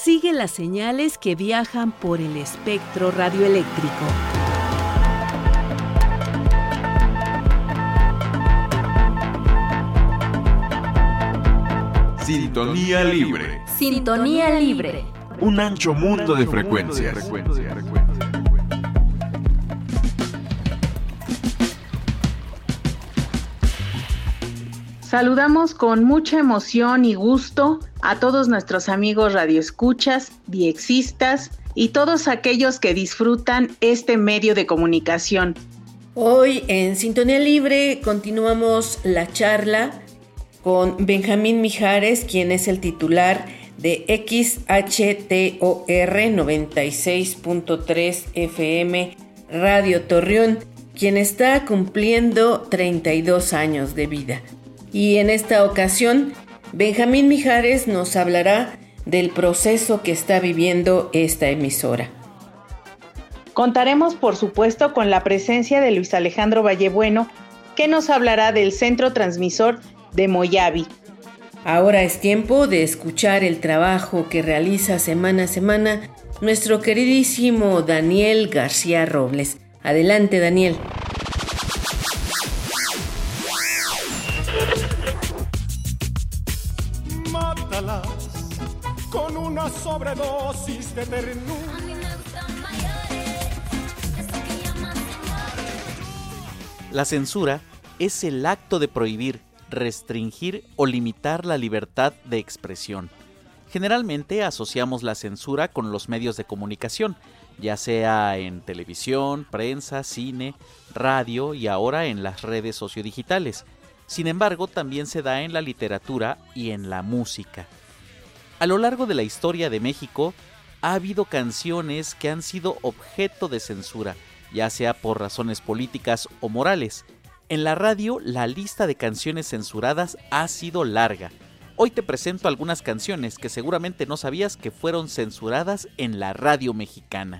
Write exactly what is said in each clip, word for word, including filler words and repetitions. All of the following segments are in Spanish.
Sigue las señales que viajan por el espectro radioeléctrico. Sintonía libre. Sintonía libre. Un ancho mundo de frecuencias. Saludamos con mucha emoción y gusto a todos nuestros amigos radioescuchas, viexistas y todos aquellos que disfrutan este medio de comunicación. Hoy en Sintonía Libre continuamos la charla con Benjamín Mijares, quien es el titular de X H T O R noventa y seis punto tres F M Radio Torreón, quien está cumpliendo treinta y dos años de vida. Y en esta ocasión, Benjamín Mijares nos hablará del proceso que está viviendo esta emisora. Contaremos, por supuesto, con la presencia de Luis Alejandro Vallebueno, que nos hablará del centro transmisor de Moyavi. Ahora es tiempo de escuchar el trabajo que realiza semana a semana nuestro queridísimo Daniel García Robles. Adelante, Daniel. Mátalas con una sobredosis de ternura. La censura es el acto de prohibir, restringir o limitar la libertad de expresión. Generalmente asociamos la censura con los medios de comunicación, ya sea en televisión, prensa, cine, radio y ahora en las redes sociodigitales. Sin embargo, también se da en la literatura y en la música. A lo largo de la historia de México, ha habido canciones que han sido objeto de censura, ya sea por razones políticas o morales. En la radio, la lista de canciones censuradas ha sido larga. Hoy te presento algunas canciones que seguramente no sabías que fueron censuradas en la radio mexicana.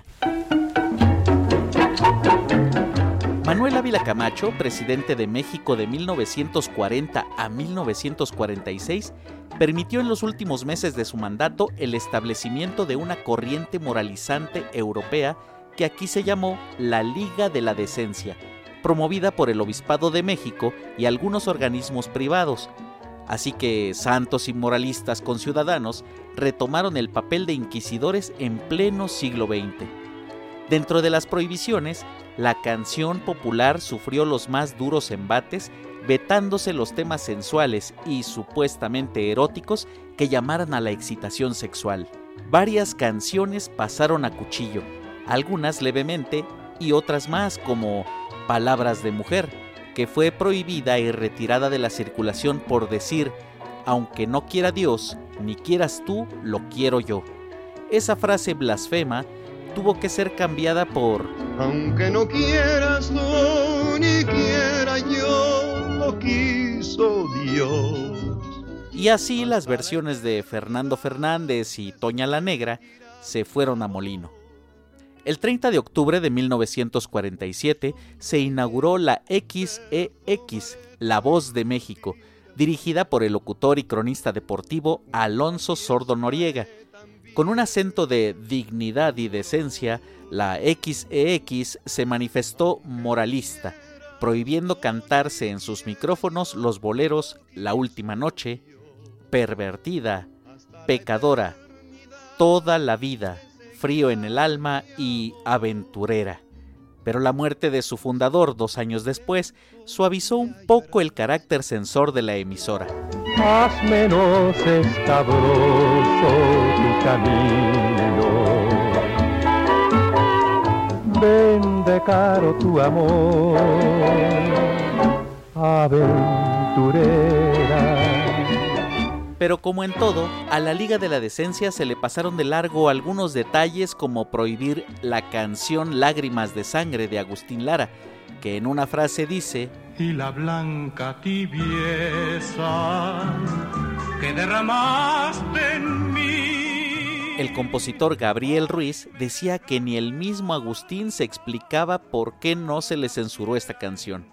Manuel Ávila Camacho, presidente de México de mil novecientos cuarenta a mil novecientos cuarenta y seis, permitió en los últimos meses de su mandato el establecimiento de una corriente moralizante europea que aquí se llamó la Liga de la Decencia, promovida por el Obispado de México y algunos organismos privados. Así que santos y moralistas conciudadanos retomaron el papel de inquisidores en pleno siglo veinte. Dentro de las prohibiciones, la canción popular sufrió los más duros embates, vetándose los temas sensuales y supuestamente eróticos que llamaran a la excitación sexual. Varias canciones pasaron a cuchillo, algunas levemente y otras más, como Palabras de Mujer, que fue prohibida y retirada de la circulación por decir: aunque no quiera Dios, ni quieras tú, lo quiero yo. Esa frase blasfema tuvo que ser cambiada por aunque no quieras tú, ni quiera yo, lo quiso Dios. Y así las versiones de Fernando Fernández y Toña la Negra se fueron a molino. El treinta de octubre de mil novecientos cuarenta y siete se inauguró la X E X, La Voz de México, dirigida por el locutor y cronista deportivo Alonso Sordo Noriega. Con un acento de dignidad y decencia, la X E X se manifestó moralista, prohibiendo cantarse en sus micrófonos los boleros La Última Noche, Pervertida, Pecadora, Toda la Vida, Frío en el Alma y Aventurera. Pero la muerte de su fundador dos años después suavizó un poco el carácter censor de la emisora. Haz menos escabroso tu camino, vende caro tu amor, aventurera. Pero como en todo, a la Liga de la Decencia se le pasaron de largo algunos detalles, como prohibir la canción Lágrimas de Sangre de Agustín Lara, que en una frase dice: y la blanca tibieza que derramaste en mí. El compositor Gabriel Ruiz decía que ni el mismo Agustín se explicaba por qué no se le censuró esta canción.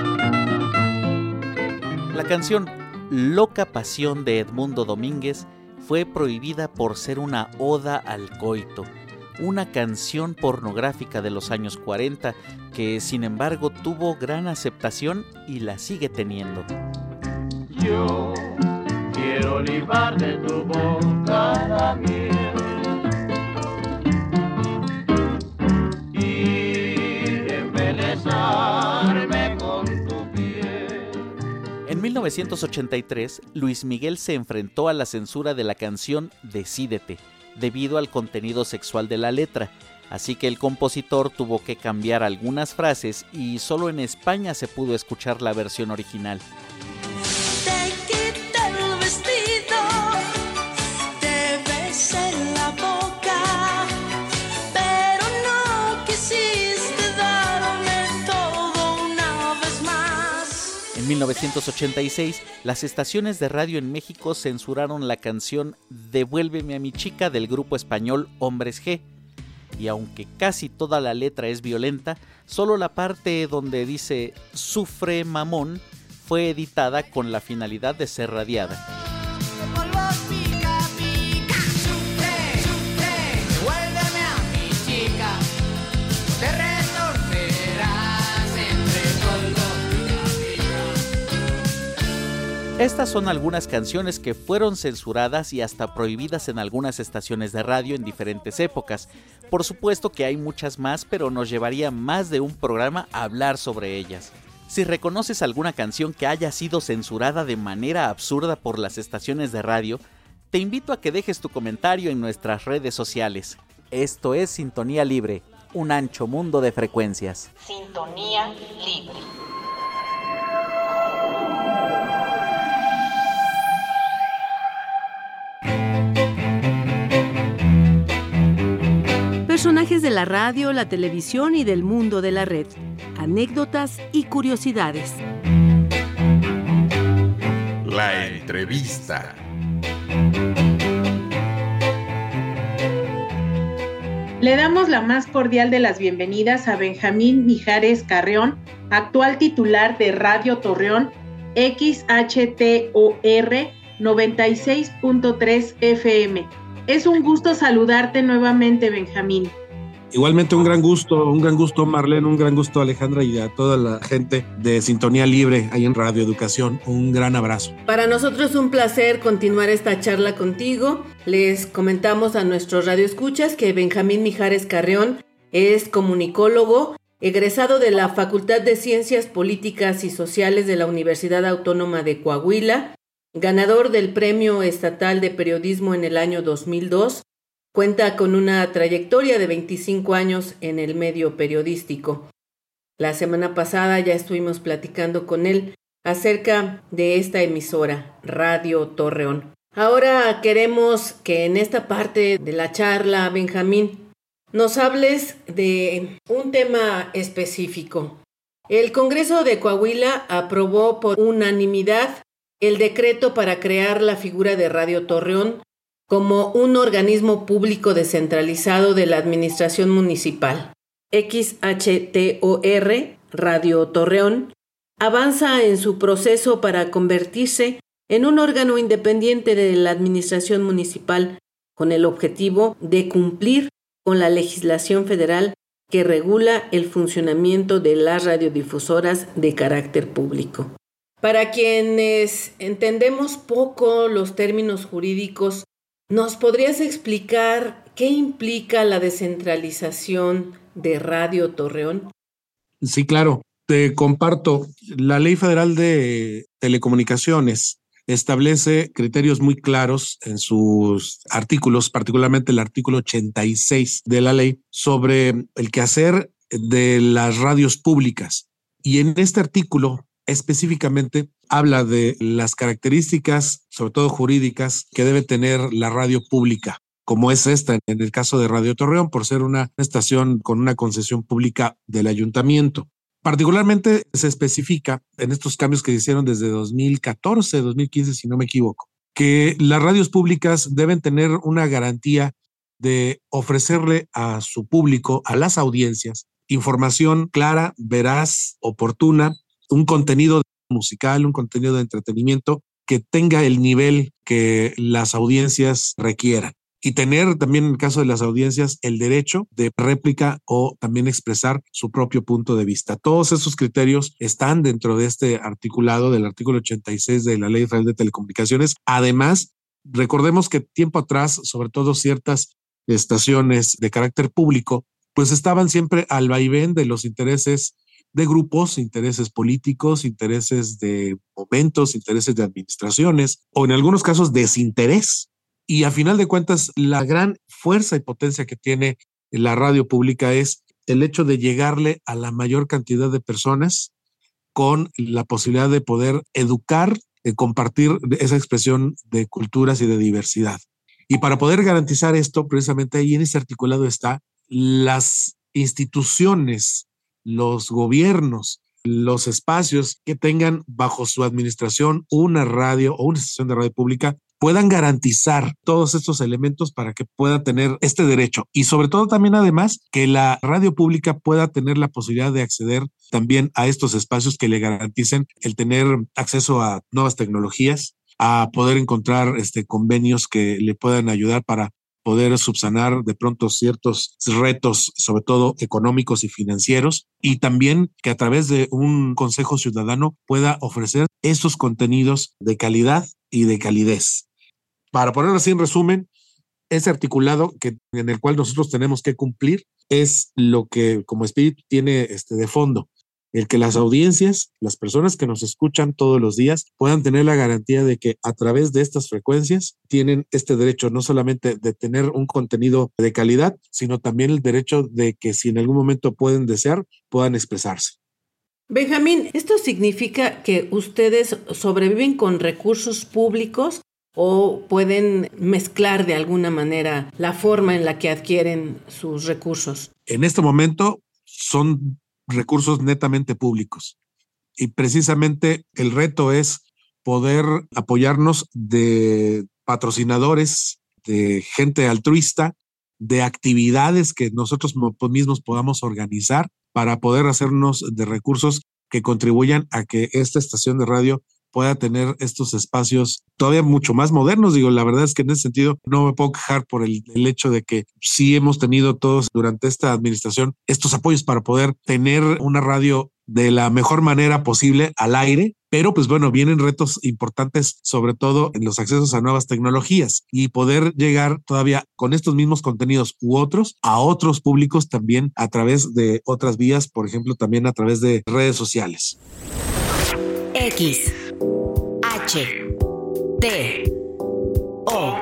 La canción Loca Pasión de Edmundo Domínguez fue prohibida por ser una oda al coito, una canción pornográfica de los años cuarenta que sin embargo tuvo gran aceptación y la sigue teniendo. Yo quiero libar de tu boca la miel y embelezarme con tu piel. En mil novecientos ochenta y tres, Luis Miguel se enfrentó a la censura de la canción Decídete, debido al contenido sexual de la letra, así que el compositor tuvo que cambiar algunas frases y solo en España se pudo escuchar la versión original. Te quité el vestido, te besé la boca, pero no quisiste darme todo una vez más. En mil novecientos ochenta y seis, las estaciones de radio en México censuraron la canción Devuélveme a mi chica del grupo español Hombres G. Y aunque casi toda la letra es violenta, solo la parte donde dice sufre mamón fue editada con la finalidad de ser radiada. Estas son algunas canciones que fueron censuradas y hasta prohibidas en algunas estaciones de radio en diferentes épocas. Por supuesto que hay muchas más, pero nos llevaría más de un programa a hablar sobre ellas. Si reconoces alguna canción que haya sido censurada de manera absurda por las estaciones de radio, te invito a que dejes tu comentario en nuestras redes sociales. Esto es Sintonía Libre, un ancho mundo de frecuencias. Sintonía Libre. Personajes de la radio, la televisión y del mundo de la red. Anécdotas y curiosidades. La entrevista. Le damos la más cordial de las bienvenidas a Benjamín Mijares Carreón, actual titular de Radio Torreón, X H T O R noventa y seis punto tres F M. Es un gusto saludarte nuevamente, Benjamín. Igualmente un gran gusto, un gran gusto Marlene, un gran gusto Alejandra y a toda la gente de Sintonía Libre ahí en Radio Educación. Un gran abrazo. Para nosotros es un placer continuar esta charla contigo. Les comentamos a nuestros radioescuchas que Benjamín Mijares Carreón es comunicólogo, egresado de la Facultad de Ciencias Políticas y Sociales de la Universidad Autónoma de Coahuila, ganador del Premio Estatal de Periodismo en el año dos mil dos, cuenta con una trayectoria de veinticinco años en el medio periodístico. La semana pasada ya estuvimos platicando con él acerca de esta emisora, Radio Torreón. Ahora queremos que en esta parte de la charla, Benjamín, nos hables de un tema específico. El Congreso de Coahuila aprobó por unanimidad el decreto para crear la figura de Radio Torreón como un organismo público descentralizado de la administración municipal. X H T O R, Radio Torreón, avanza en su proceso para convertirse en un órgano independiente de la administración municipal con el objetivo de cumplir con la legislación federal que regula el funcionamiento de las radiodifusoras de carácter público. Para quienes entendemos poco los términos jurídicos, ¿nos podrías explicar qué implica la descentralización de Radio Torreón? Sí, claro. Te comparto. La Ley Federal de Telecomunicaciones establece criterios muy claros en sus artículos, particularmente el artículo ochenta y seis de la ley, sobre el quehacer de las radios públicas. Y en este artículo específicamente habla de las características, sobre todo jurídicas, que debe tener la radio pública, como es esta en el caso de Radio Torreón, por ser una estación con una concesión pública del ayuntamiento. Particularmente se especifica en estos cambios que se hicieron desde dos mil catorce, dos mil quince, si no me equivoco, que las radios públicas deben tener una garantía de ofrecerle a su público, a las audiencias, información clara, veraz, oportuna, un contenido musical, un contenido de entretenimiento que tenga el nivel que las audiencias requieran. Y tener también, en el caso de las audiencias, el derecho de réplica o también expresar su propio punto de vista. Todos esos criterios están dentro de este articulado, del artículo ochenta y seis de la Ley Federal de Telecomunicaciones. Además, recordemos que tiempo atrás, sobre todo ciertas estaciones de carácter público, pues estaban siempre al vaivén de los intereses de grupos, intereses políticos, intereses de momentos, intereses de administraciones, o en algunos casos desinterés. Y a final de cuentas, la gran fuerza y potencia que tiene la radio pública es el hecho de llegarle a la mayor cantidad de personas con la posibilidad de poder educar, de compartir esa expresión de culturas y de diversidad. Y para poder garantizar esto, precisamente ahí en ese articulado está las instituciones, los gobiernos, los espacios que tengan bajo su administración una radio o una estación de radio pública puedan garantizar todos estos elementos para que pueda tener este derecho y sobre todo también además que la radio pública pueda tener la posibilidad de acceder también a estos espacios que le garanticen el tener acceso a nuevas tecnologías, a poder encontrar este, convenios que le puedan ayudar para poder subsanar de pronto ciertos retos, sobre todo económicos y financieros, y también que a través de un consejo ciudadano pueda ofrecer esos contenidos de calidad y de calidez. Para ponerlo así en resumen, ese articulado que, en el cual nosotros tenemos que cumplir es lo que como espíritu tiene este, de fondo, el que las audiencias, las personas que nos escuchan todos los días puedan tener la garantía de que a través de estas frecuencias tienen este derecho no solamente de tener un contenido de calidad, sino también el derecho de que si en algún momento pueden desear, puedan expresarse. Benjamín, ¿esto significa que ustedes sobreviven con recursos públicos o pueden mezclar de alguna manera la forma en la que adquieren sus recursos? En este momento son recursos netamente públicos y precisamente el reto es poder apoyarnos de patrocinadores, de gente altruista, de actividades que nosotros mismos podamos organizar para poder hacernos de recursos que contribuyan a que esta estación de radio pueda tener estos espacios todavía mucho más modernos. Digo, la verdad es que en ese sentido no me puedo quejar por el, el hecho de que sí hemos tenido todos durante esta administración estos apoyos para poder tener una radio de la mejor manera posible al aire, pero pues bueno, vienen retos importantes, sobre todo en los accesos a nuevas tecnologías y poder llegar todavía con estos mismos contenidos u otros a otros públicos también a través de otras vías, por ejemplo, también a través de redes sociales. X, H, T, O,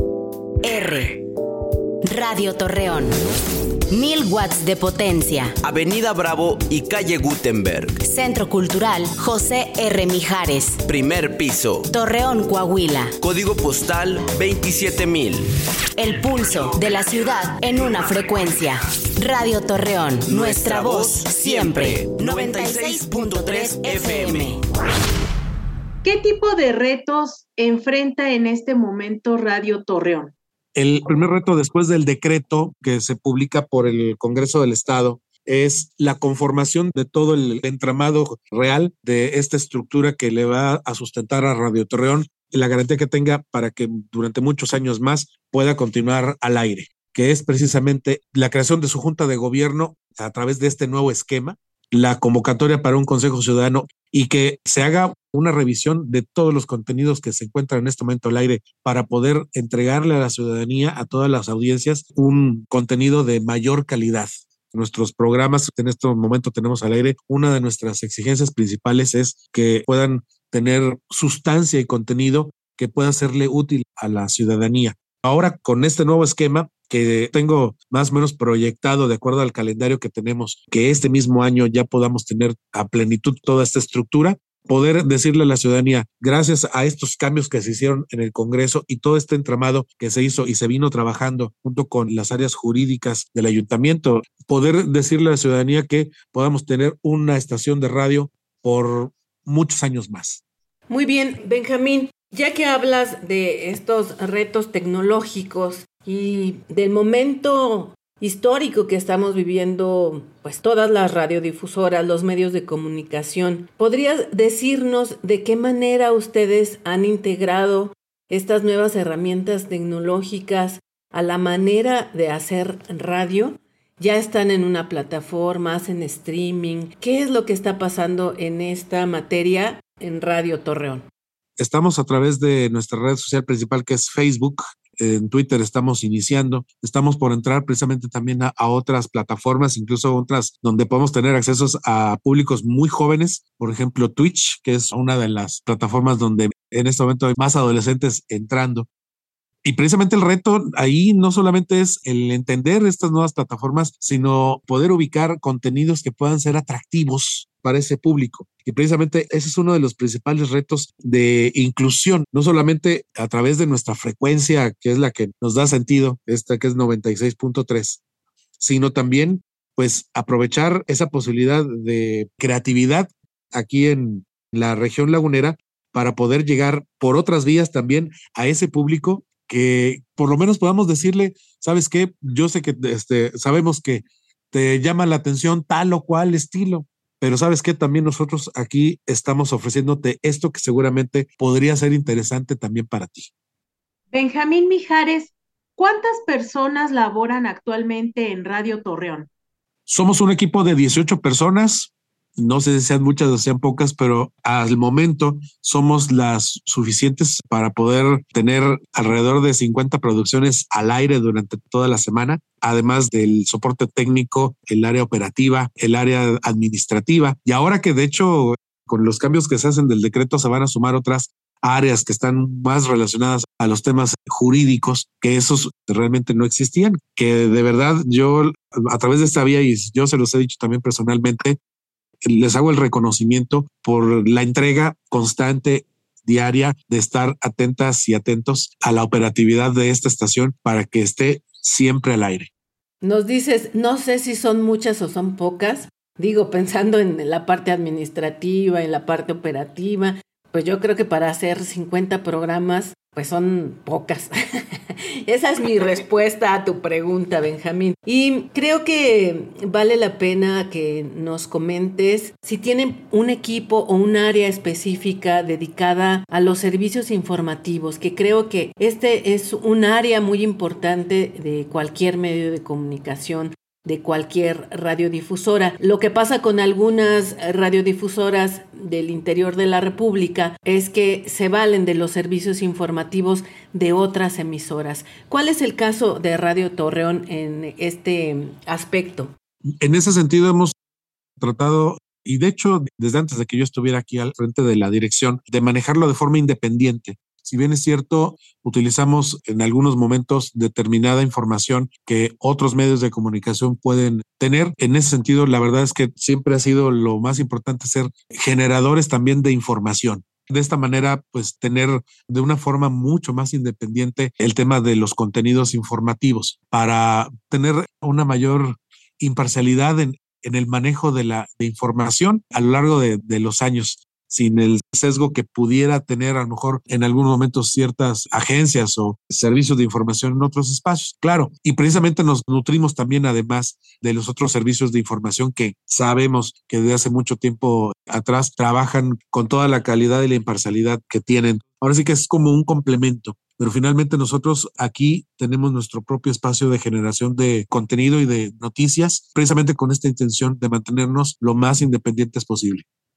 R, Radio Torreón. Mil watts de potencia. Avenida Bravo y calle Gutenberg. Centro Cultural José R. Mijares. Primer piso. Torreón, Coahuila. Código postal veintisiete mil. El pulso de la ciudad en una frecuencia. Radio Torreón. Nuestra, Nuestra voz siempre. noventa y seis punto tres F M. ¿Qué tipo de retos enfrenta en este momento Radio Torreón? El primer reto después del decreto que se publica por el Congreso del Estado es la conformación de todo el entramado real de esta estructura que le va a sustentar a Radio Torreón y la garantía que tenga para que durante muchos años más pueda continuar al aire, que es precisamente la creación de su Junta de Gobierno a través de este nuevo esquema, la convocatoria para un Consejo Ciudadano y que se haga una revisión de todos los contenidos que se encuentran en este momento al aire para poder entregarle a la ciudadanía, a todas las audiencias, un contenido de mayor calidad. Nuestros programas en este momento tenemos al aire. Una de nuestras exigencias principales es que puedan tener sustancia y contenido que pueda serle útil a la ciudadanía. Ahora, con este nuevo esquema que tengo más o menos proyectado de acuerdo al calendario que tenemos, que este mismo año ya podamos tener a plenitud toda esta estructura, poder decirle a la ciudadanía, gracias a estos cambios que se hicieron en el Congreso y todo este entramado que se hizo y se vino trabajando junto con las áreas jurídicas del ayuntamiento, poder decirle a la ciudadanía que podamos tener una estación de radio por muchos años más. Muy bien, Benjamín, ya que hablas de estos retos tecnológicos y del momento histórico que estamos viviendo, pues todas las radiodifusoras, los medios de comunicación. ¿Podrías decirnos de qué manera ustedes han integrado estas nuevas herramientas tecnológicas a la manera de hacer radio? Ya están en una plataforma, hacen streaming. ¿Qué es lo que está pasando en esta materia en Radio Torreón? Estamos a través de nuestra red social principal, que es Facebook. En Twitter estamos iniciando. Estamos por entrar precisamente también a, a otras plataformas, incluso otras donde podemos tener accesos a públicos muy jóvenes. Por ejemplo, Twitch, que es una de las plataformas donde en este momento hay más adolescentes entrando. Y precisamente el reto ahí no solamente es el entender estas nuevas plataformas, sino poder ubicar contenidos que puedan ser atractivos para ese público. Y precisamente ese es uno de los principales retos de inclusión, no solamente a través de nuestra frecuencia, que es la que nos da sentido, esta que es noventa y seis punto tres, sino también pues aprovechar esa posibilidad de creatividad aquí en la región lagunera para poder llegar por otras vías también a ese público, que por lo menos podamos decirle, ¿sabes qué? Yo sé que este, sabemos que te llama la atención tal o cual estilo, pero ¿sabes qué? También nosotros aquí estamos ofreciéndote esto que seguramente podría ser interesante también para ti. Benjamín Mijares, ¿cuántas personas laboran actualmente en Radio Torreón? Somos un equipo de dieciocho personas. No sé si sean muchas o sean pocas, pero al momento somos las suficientes para poder tener alrededor de cincuenta producciones al aire durante toda la semana, además del soporte técnico, el área operativa, el área administrativa. Y ahora que de hecho con los cambios que se hacen del decreto se van a sumar otras áreas que están más relacionadas a los temas jurídicos, que esos realmente no existían, que de verdad yo a través de esta vía, y yo se los he dicho también personalmente, les hago el reconocimiento por la entrega constante, diaria, de estar atentas y atentos a la operatividad de esta estación para que esté siempre al aire. Nos dices, no sé si son muchas o son pocas, digo, pensando en la parte administrativa, en la parte operativa, pues yo creo que para hacer cincuenta programas, pues son pocas. Esa es mi respuesta a tu pregunta, Benjamín. Y creo que vale la pena que nos comentes si tienen un equipo o un área específica dedicada a los servicios informativos, que creo que este es un área muy importante de cualquier medio de comunicación, de cualquier radiodifusora. Lo que pasa con algunas radiodifusoras del interior de la República es que se valen de los servicios informativos de otras emisoras. ¿Cuál es el caso de Radio Torreón en este aspecto? En ese sentido hemos tratado, y de hecho desde antes de que yo estuviera aquí al frente de la dirección, de manejarlo de forma independiente. Si bien es cierto, utilizamos en algunos momentos determinada información que otros medios de comunicación pueden tener. En ese sentido, la verdad es que siempre ha sido lo más importante ser generadores también de información. De esta manera, pues tener de una forma mucho más independiente el tema de los contenidos informativos para tener una mayor imparcialidad en, en el manejo de la de información a lo largo de, de los años, sin el sesgo que pudiera tener a lo mejor en algunos momentos ciertas agencias o servicios de información en otros espacios. Claro, y precisamente nos nutrimos también además de los otros servicios de información que sabemos que desde hace mucho tiempo atrás trabajan con toda la calidad y la imparcialidad que tienen. Ahora sí que es como un complemento, pero finalmente nosotros aquí tenemos nuestro propio espacio de generación de contenido y de noticias, precisamente con esta intención de mantenernos lo más independientes posible.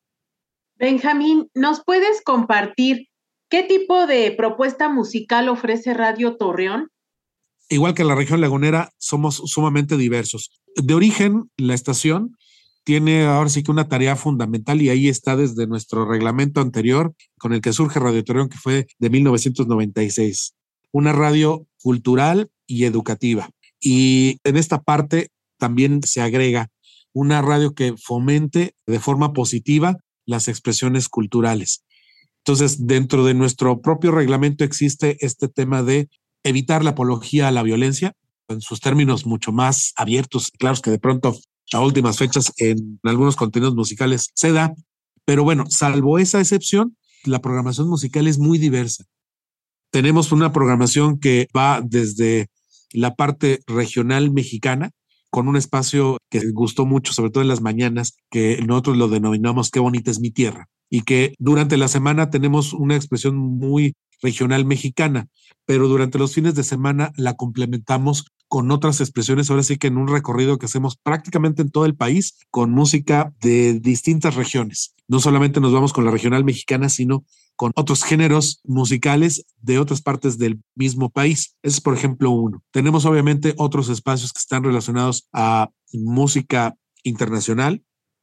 Benjamín, ¿nos puedes compartir qué tipo de propuesta musical ofrece Radio Torreón? Igual que la región lagunera, somos sumamente diversos. De origen, la estación tiene ahora sí que una tarea fundamental y ahí está desde nuestro reglamento anterior con el que surge Radio Torreón, que fue de mil novecientos noventa y seis. Una radio cultural y educativa. Y en esta parte también se agrega una radio que fomente de forma positiva las expresiones culturales. Entonces, dentro de nuestro propio reglamento existe este tema de evitar la apología a la violencia, en sus términos mucho más abiertos, claros que de pronto a últimas fechas en algunos contenidos musicales se da, pero bueno, salvo esa excepción, la programación musical es muy diversa. Tenemos una programación que va desde la parte regional mexicana, con un espacio que gustó mucho, sobre todo en las mañanas, que nosotros lo denominamos Qué bonita es mi tierra, y que durante la semana tenemos una expresión muy regional mexicana, pero durante los fines de semana la complementamos con otras expresiones, ahora sí que en un recorrido que hacemos prácticamente en todo el país, con música de distintas regiones. No solamente nos vamos con la regional mexicana, sino con otros géneros musicales de otras partes del mismo país. Ese es, por ejemplo, uno. Tenemos obviamente otros espacios que están relacionados a música internacional,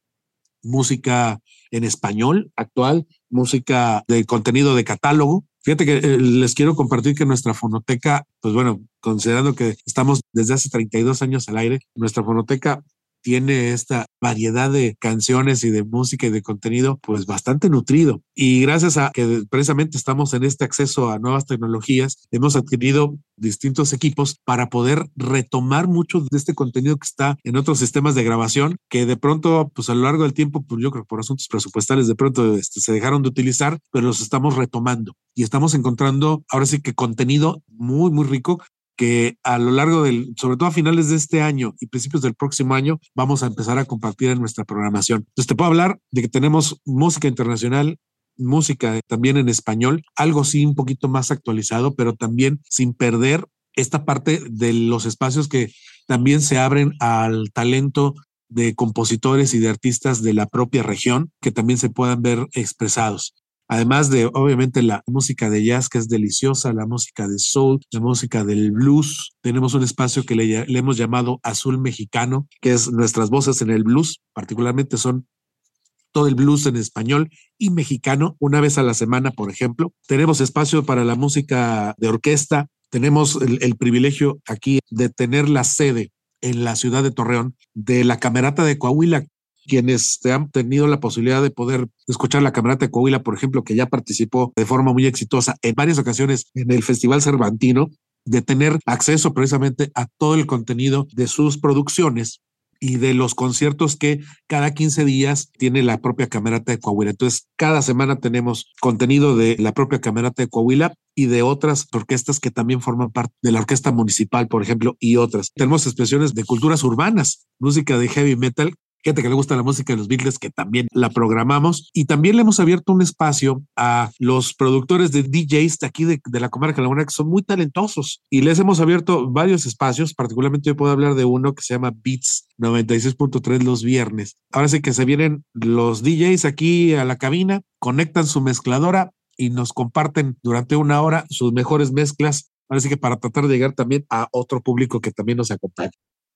música en español actual, música de contenido de catálogo. Fíjate que eh, les quiero compartir que nuestra fonoteca, pues bueno, considerando que estamos desde hace treinta y dos años al aire, nuestra fonoteca tiene esta variedad de canciones y de música y de contenido pues bastante nutrido. Y gracias a que precisamente estamos en este acceso a nuevas tecnologías, hemos adquirido distintos equipos para poder retomar mucho de este contenido que está en otros sistemas de grabación que de pronto, pues a lo largo del tiempo, pues yo creo que por asuntos presupuestales de pronto este, se dejaron de utilizar, pero los estamos retomando y estamos encontrando ahora sí que contenido muy, muy rico que a lo largo del, sobre todo a finales de este año y principios del próximo año, vamos a empezar a compartir en nuestra programación. Entonces te puedo hablar de que tenemos música internacional, música también en español, algo sí un poquito más actualizado, pero también sin perder esta parte de los espacios que también se abren al talento de compositores y de artistas de la propia región, que también se puedan ver expresados. Además de, obviamente, la música de jazz, que es deliciosa, la música de soul, la música del blues. Tenemos un espacio que le, le hemos llamado Azul Mexicano, que es nuestras voces en el blues, particularmente son todo el blues en español y mexicano, una vez a la semana, por ejemplo. Tenemos espacio para la música de orquesta. Tenemos el, el privilegio aquí de tener la sede en la ciudad de Torreón de la Camerata de Coahuila. Quienes han tenido la posibilidad de poder escuchar la Camerata de Coahuila, por ejemplo, que ya participó de forma muy exitosa en varias ocasiones en el Festival Cervantino, de tener acceso precisamente a todo el contenido de sus producciones y de los conciertos que cada quince días tiene la propia Camerata de Coahuila. Entonces, cada semana tenemos contenido de la propia Camerata de Coahuila y de otras orquestas que también forman parte de la Orquesta Municipal, por ejemplo, y otras. Tenemos expresiones de culturas urbanas, música de heavy metal, gente que le gusta la música de los Beatles, que también la programamos, y también le hemos abierto un espacio a los productores de D Js de aquí de, de la comarca de Laguna, que son muy talentosos, y les hemos abierto varios espacios. Particularmente yo puedo hablar de uno que se llama Beats noventa y seis punto tres los viernes. Ahora sí que se vienen los D Js aquí a la cabina, conectan su mezcladora y nos comparten durante una hora sus mejores mezclas, ahora sí que para tratar de llegar también a otro público que también nos acompaña.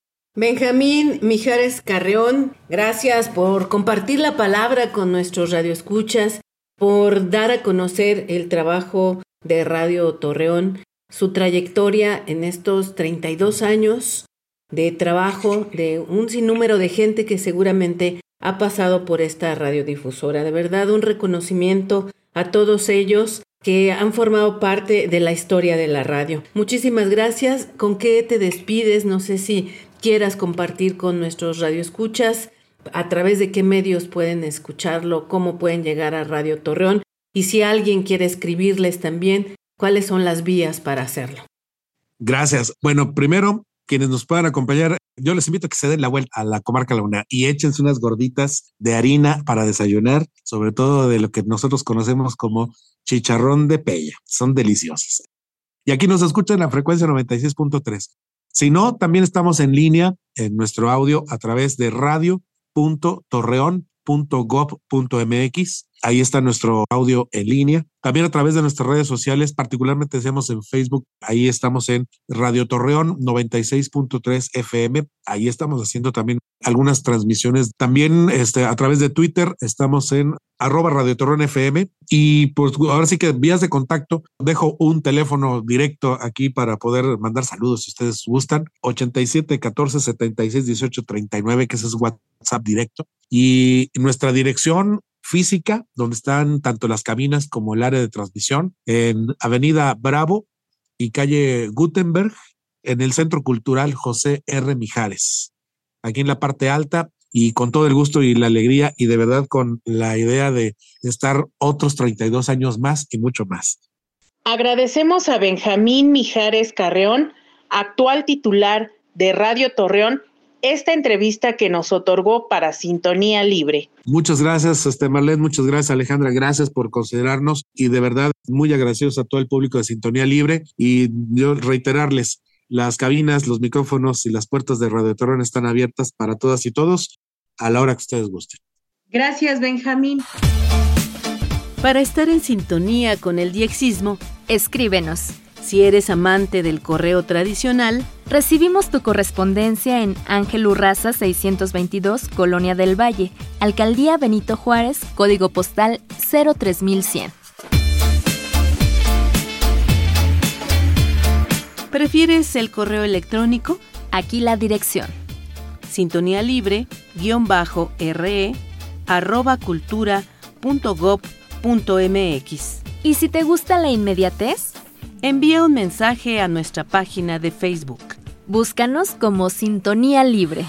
Benjamín Mijares Carreón, gracias por compartir la palabra con nuestros radioescuchas, por dar a conocer el trabajo de Radio Torreón, su trayectoria en estos treinta y dos años de trabajo de un sinnúmero de gente que seguramente ha pasado por esta radiodifusora. De verdad, un reconocimiento a todos ellos que han formado parte de la historia de la radio. Muchísimas gracias. ¿Con qué te despides? No sé si quieras compartir con nuestros radioescuchas a través de qué medios pueden escucharlo, cómo pueden llegar a Radio Torreón, y si alguien quiere escribirles también, cuáles son las vías para hacerlo. Gracias. Bueno, primero, quienes nos puedan acompañar, yo les invito a que se den la vuelta a la comarca Laguna y échense unas gorditas de harina para desayunar, sobre todo de lo que nosotros conocemos como chicharrón de peya. Son deliciosas. Y aquí nos escuchan en la frecuencia noventa y seis punto tres. Si no, también estamos en línea en nuestro audio a través de radio punto torreón punto gob punto mx. Ahí está nuestro audio en línea. También a través de nuestras redes sociales, particularmente decíamos en Facebook, ahí estamos en Radio Torreón noventa y seis punto tres F M. Ahí estamos haciendo también algunas transmisiones. También este, a través de Twitter estamos en arroba Radio Torreón F M. Y pues ahora sí que vías de contacto, dejo un teléfono directo aquí para poder mandar saludos si ustedes gustan. ochenta y siete, catorce, setenta y seis, dieciocho, treinta y nueve, que ese es WhatsApp directo. Y nuestra dirección física, donde están tanto las cabinas como el área de transmisión, en Avenida Bravo y calle Gutenberg, en el Centro Cultural José R. Mijares, aquí en la parte alta, y con todo el gusto y la alegría, y de verdad con la idea de estar otros treinta y dos años más y mucho más. Agradecemos a Benjamín Mijares Carreón actual titular de Radio Torreón, esta entrevista que nos otorgó para Sintonía Libre. Muchas gracias, este, Marlene, muchas gracias, Alejandra, gracias por considerarnos y de verdad muy agradecidos a todo el público de Sintonía Libre y yo reiterarles, las cabinas, los micrófonos y las puertas de Radio Torreón están abiertas para todas y todos a la hora que ustedes gusten. Gracias, Benjamín. Para estar en sintonía con el diexismo, escríbenos. Si eres amante del correo tradicional, recibimos tu correspondencia en Ángel Urraza seiscientos veintidós, Colonia del Valle, Alcaldía Benito Juárez, código postal cero tres mil cien. ¿Prefieres el correo electrónico? Aquí la dirección. Sintonía libre, guión bajo, re, arroba cultura punto gob punto mx. ¿Y si te gusta la inmediatez? Envía un mensaje a nuestra página de Facebook. Búscanos como Sintonía Libre.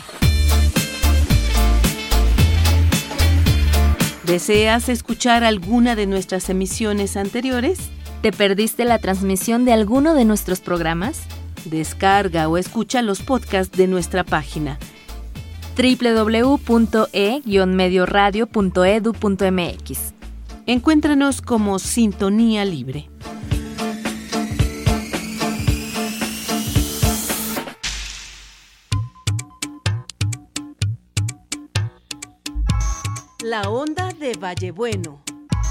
¿Deseas escuchar alguna de nuestras emisiones anteriores? ¿Te perdiste la transmisión de alguno de nuestros programas? Descarga o escucha los podcasts de nuestra página doble u doble u doble u punto e guion medioradio punto e d u punto m x. Encuéntranos como Sintonía Libre. La onda de Vallebueno.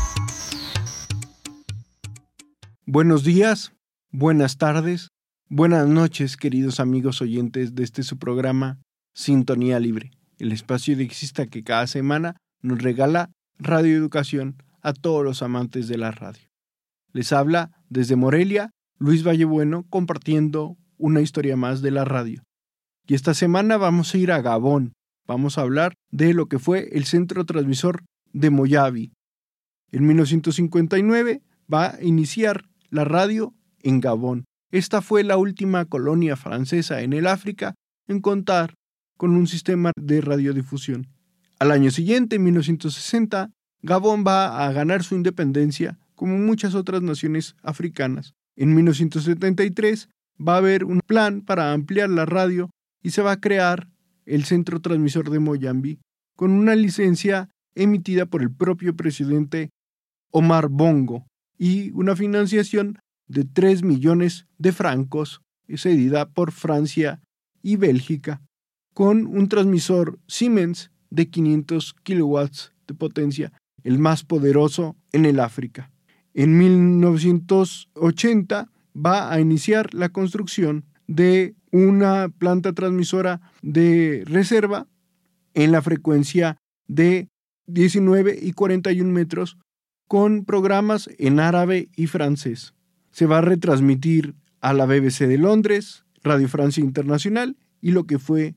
Buenos días, buenas tardes, buenas noches, queridos amigos oyentes de este su programa Sintonía Libre, el espacio diexista que cada semana nos regala radioeducación a todos los amantes de la radio. Les habla desde Morelia Luis Vallebueno compartiendo una historia más de la radio. Y esta semana vamos a ir a Gabón. Vamos a hablar de lo que fue el centro transmisor de Moyavi. En mil novecientos cincuenta y nueve va a iniciar la radio en Gabón. Esta fue la última colonia francesa en el África en contar con un sistema de radiodifusión. Al año siguiente, en mil novecientos sesenta, Gabón va a ganar su independencia como muchas otras naciones africanas. En mil novecientos setenta y tres va a haber un plan para ampliar la radio y se va a crear el centro transmisor de Moyambi, con una licencia emitida por el propio presidente Omar Bongo y una financiación de tres millones de francos cedida por Francia y Bélgica, con un transmisor Siemens de quinientos kilowatts de potencia, el más poderoso en el África. En mil novecientos ochenta va a iniciar la construcción de una planta transmisora de reserva en la frecuencia de diecinueve y cuarenta y un metros con programas en árabe y francés. Se va a retransmitir a la B B C de Londres, Radio Francia Internacional y lo que fue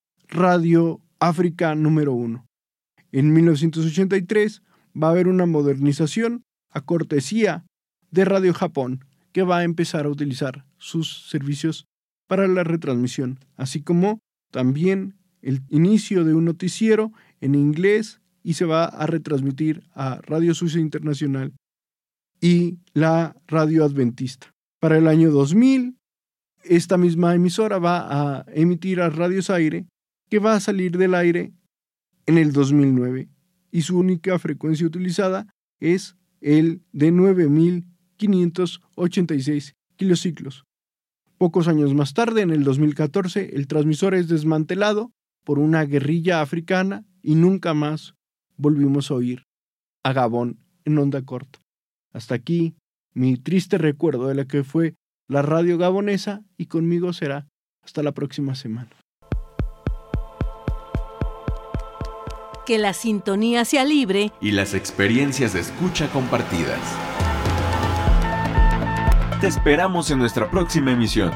Radio África número uno. En mil novecientos ochenta y tres va a haber una modernización a cortesía de Radio Japón, que va a empezar a utilizar sus servicios para la retransmisión, así como también el inicio de un noticiero en inglés y se va a retransmitir a Radio Suiza Internacional y la Radio Adventista. Para el año dos mil, esta misma emisora va a emitir a Radio Zaire, que va a salir del aire en el dos mil nueve y su única frecuencia utilizada es el de nueve mil quinientos ochenta y seis kilociclos. Pocos años más tarde, en el dos mil catorce, el transmisor es desmantelado por una guerrilla africana y nunca más volvimos a oír a Gabón en onda corta. Hasta aquí mi triste recuerdo de la que fue la radio gabonesa y conmigo será hasta la próxima semana. Que la sintonía sea libre y las experiencias de escucha compartidas. Te esperamos en nuestra próxima emisión.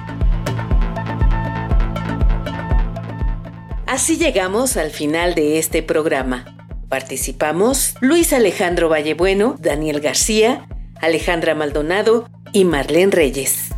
Así llegamos al final de este programa. Participamos Luis Alejandro Vallebueno, Daniel García, Alejandra Maldonado y Marlene Reyes.